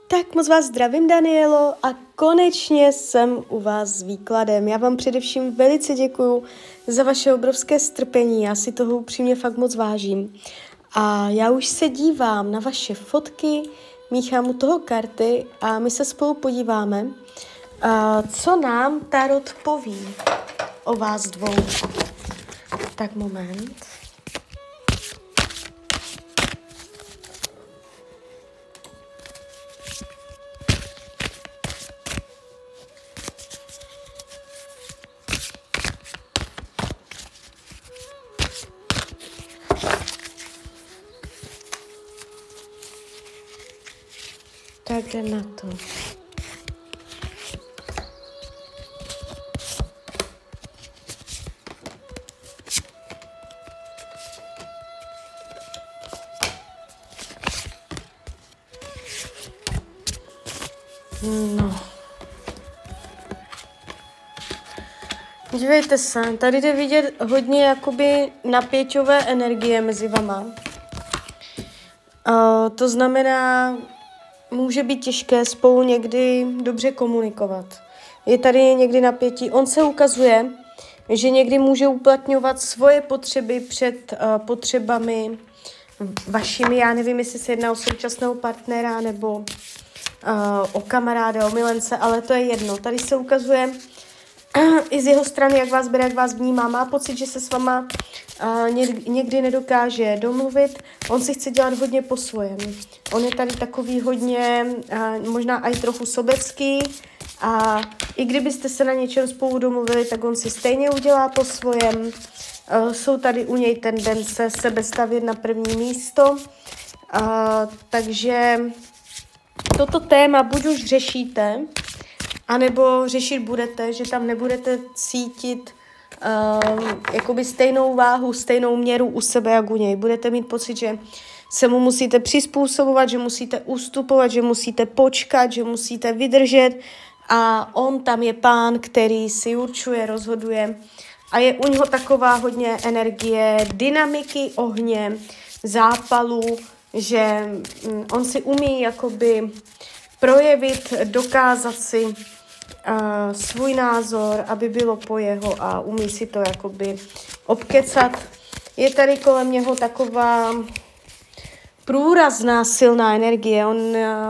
Tak moc vás zdravím, Danielo, a konečně jsem u vás s výkladem. Já vám především velice děkuju za vaše obrovské strpení, já si toho upřímně fakt moc vážím. A já už se dívám na vaše fotky, míchám u toho karty a my se spolu podíváme, co nám Tarot poví o vás dvou. Tak moment. Tak jde na to. No. Dívejte se, tady jde vidět hodně jakoby napěťové energie mezi vama. To znamená, může být těžké spolu někdy dobře komunikovat. Je tady někdy napětí. On se ukazuje, že někdy může uplatňovat svoje potřeby před potřebami vašimi. Já nevím, jestli se jedná o současného partnera nebo o kamaráda, o milence, ale to je jedno. Tady se ukazuje i z jeho strany, jak vás bere, jak vás vnímá. Má pocit, že se s váma někdy nedokáže domluvit. On si chce dělat hodně po svém. On je tady takový hodně, možná i trochu sobecký, a i kdybyste se na něčem spolu domluvili, tak on si stejně udělá po svém. Jsou tady u něj tendence sebe stavět na první místo. Takže toto téma buď už řešíte, anebo řešit budete, že tam nebudete cítit jakoby stejnou váhu, stejnou měru u sebe, jak u něj. Budete mít pocit, že se mu musíte přizpůsobovat, že musíte ustupovat, že musíte počkat, že musíte vydržet, a on tam je pán, který si určuje, rozhoduje, a je u něho taková hodně energie, dynamiky, ohně, zápalu, že on si umí jakoby projevit, dokázat si svůj názor, aby bylo po jeho, a umí si to jakoby obkecat. Je tady kolem něho taková průrazná silná energie. On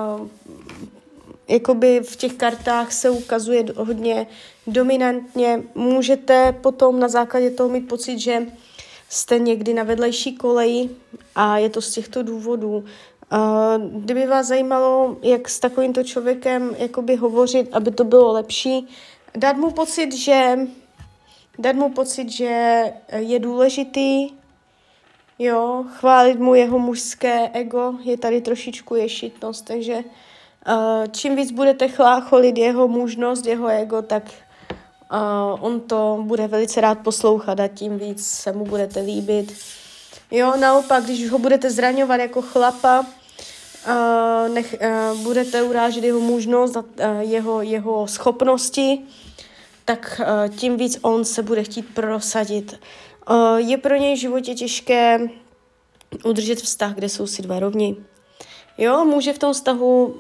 jakoby v těch kartách se ukazuje hodně dominantně. Můžete potom na základě toho mít pocit, že jste někdy na vedlejší koleji, a je to z těchto důvodů. Kdyby vás zajímalo, jak s takovýmto člověkem jakoby hovořit, aby to bylo lepší, dát mu pocit, že je důležitý, jo, chválit mu jeho mužské ego, je tady trošičku ješitnost, takže čím víc budete chlácholit jeho mužnost, jeho ego, tak on to bude velice rád poslouchat a tím víc se mu budete líbit. Jo, naopak, když ho budete zraňovat jako chlapa, budete urážet jeho mužnost a jeho schopnosti, tak tím víc on se bude chtít prosadit. Je pro něj v životě těžké udržet vztah, kde jsou si dva rovni. Jo, může v tom vztahu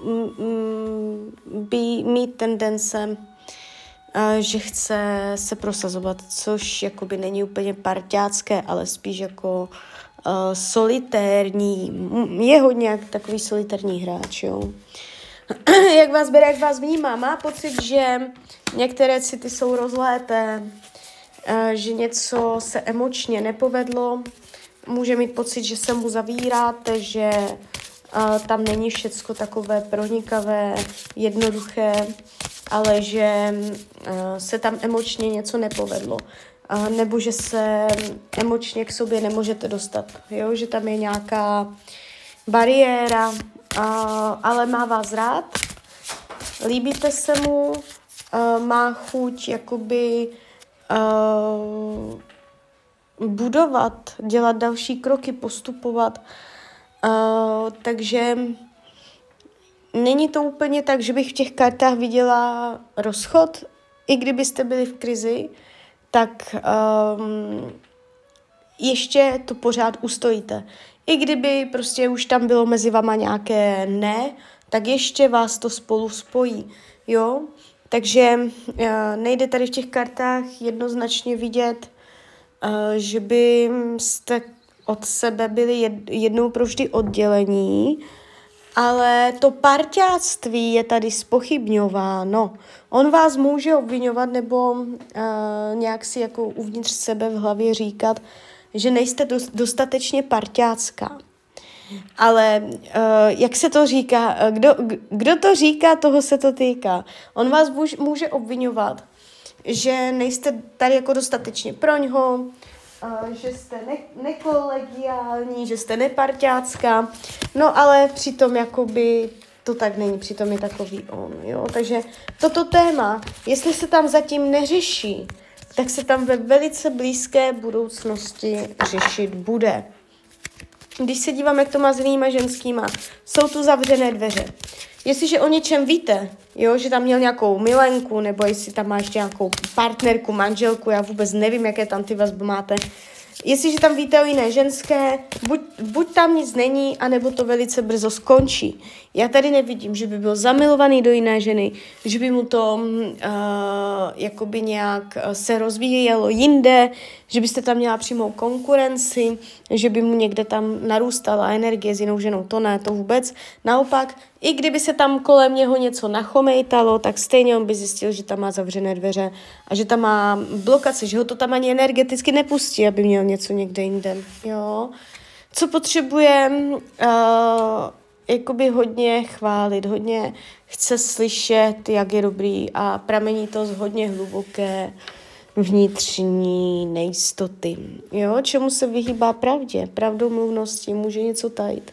mít tendence, že chce se prosazovat, což jakoby není úplně parťácké, ale spíš jako solitérní. Je hodně jak takový solitérní hráč, jo. Jak vás bere, jak vás vnímá. Má pocit, že některé city jsou rozlété, že něco se emočně nepovedlo. Může mít pocit, že se mu zavíráte, že tam není všecko takové pronikavé, jednoduché, ale že se tam emočně něco nepovedlo. Nebo že se emočně k sobě nemůžete dostat. Jo? Že tam je nějaká bariéra, ale má vás rád, líbíte se mu, má chuť jakoby budovat, dělat další kroky, postupovat. Takže není to úplně tak, že bych v těch kartách viděla rozchod. I kdybyste byli v krizi, tak ještě to pořád ustojíte. I kdyby prostě už tam bylo mezi vama nějaké ne, tak ještě vás to spolu spojí, jo? Takže nejde tady v těch kartách jednoznačně vidět, že byste od sebe byli jednou provždy oddělení, ale to parťáctví je tady zpochybňováno. On vás může obvinovat nebo nějak si jako uvnitř sebe v hlavě říkat, že nejste dostatečně parťácká. Ale jak se to říká, kdo to říká, toho se to týká. On vás může obvinovat, že nejste tady jako dostatečně pro něho, že jste nekolegiální, že jste neparťácká, no ale přitom jakoby to tak není, přitom je takový on, jo. Takže toto téma, jestli se tam zatím neřeší, tak se tam ve velice blízké budoucnosti řešit bude. Když se dívám, jak to má s jinýma ženskýma, jsou tu zavřené dveře. Jestliže o něčem víte, jo, že tam měl nějakou milenku, nebo jestli tam má ještě nějakou partnerku, manželku, já vůbec nevím, jaké tam ty vazby máte. Jestliže tam víte o jiné ženské, buď tam nic není, anebo to velice brzo skončí. Já tady nevidím, že by byl zamilovaný do jiné ženy, že by mu to jakoby nějak se rozvíjelo jinde, že byste tam měla přímou konkurenci, že by mu někde tam narůstala energie s jinou ženou, to ne, to vůbec. Naopak, i kdyby se tam kolem něho něco nachomejtalo, tak stejně on by zjistil, že tam má zavřené dveře a že tam má blokace, že ho to tam ani energeticky nepustí, aby měl něco někde jinde. Jo. Co potřebuje jakoby hodně chválit, hodně chce slyšet, jak je dobrý a pramení to z hodně hluboké vnitřní nejistoty. Jo, čemu se vyhýbá pravdě, pravdomluvnosti, může něco tajit.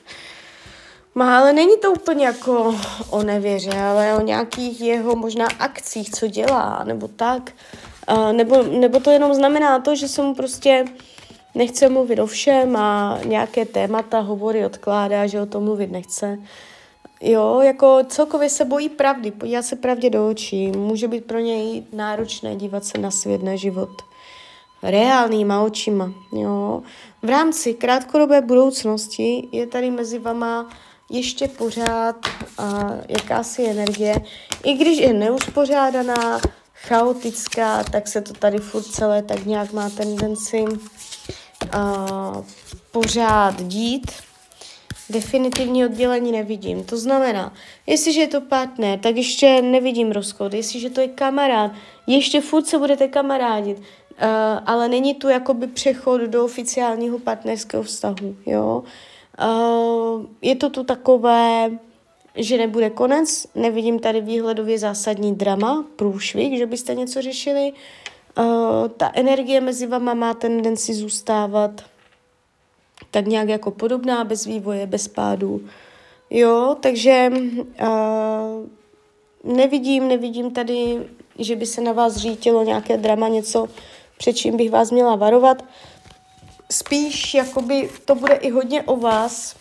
Ale není to úplně jako o nevěře, ale o nějakých jeho možná akcích, co dělá, nebo tak. Nebo to jenom znamená to, že se mu prostě nechce mluvit o všem a nějaké témata, hovory odkládá, že o tom mluvit nechce. Jo, jako celkově se bojí pravdy, podívat se pravdě do očí. Může být pro něj náročné dívat se na svět, na život reálnýma očima. Jo. V rámci krátkodobé budoucnosti je tady mezi vama ještě pořád jakási energie. I když je neuspořádaná, chaotická, tak se to tady furt celé tak nějak má tendenci pořád dít. Definitivní oddělení nevidím. To znamená, jestliže je to partner, tak ještě nevidím rozchod. Jestliže to je kamarád, ještě furt se budete kamarádit, ale není tu jakoby přechod do oficiálního partnerského vztahu. Jo? Je to tu takové, že nebude konec, nevidím tady výhledově zásadní drama, průšvih, že byste něco řešili. Ta energie mezi vama má tendenci zůstávat tak nějak jako podobná, bez vývoje, bez pádu. Jo, takže nevidím tady, že by se na vás řítilo nějaké drama, něco, před čím bych vás měla varovat. Spíš jakoby to bude i hodně o vás.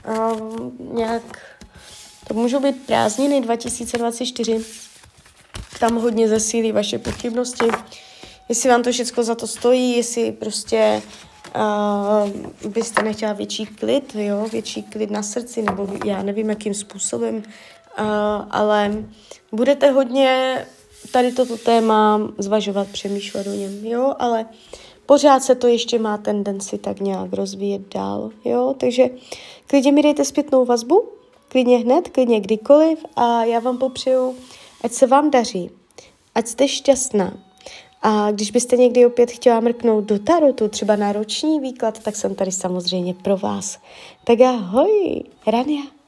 To můžou být prázdniny 2024. Tam hodně zesílí vaše pochybnosti. Jestli vám to všechno za to stojí, jestli prostě byste nechtěla větší klid, jo? Větší klid na srdci, nebo já nevím, jakým způsobem, ale budete hodně tady toto téma zvažovat, přemýšlet o něm, jo, ale pořád se to ještě má tendenci tak nějak rozvíjet dál, jo, takže klidně mi dejte zpětnou vazbu, klidně hned, klidně kdykoliv a já vám popřeju, ať se vám daří, ať jste šťastná. A když byste někdy opět chtěla mrknout do tarotu, třeba na roční výklad, tak jsem tady samozřejmě pro vás. Tak ahoj, Rania.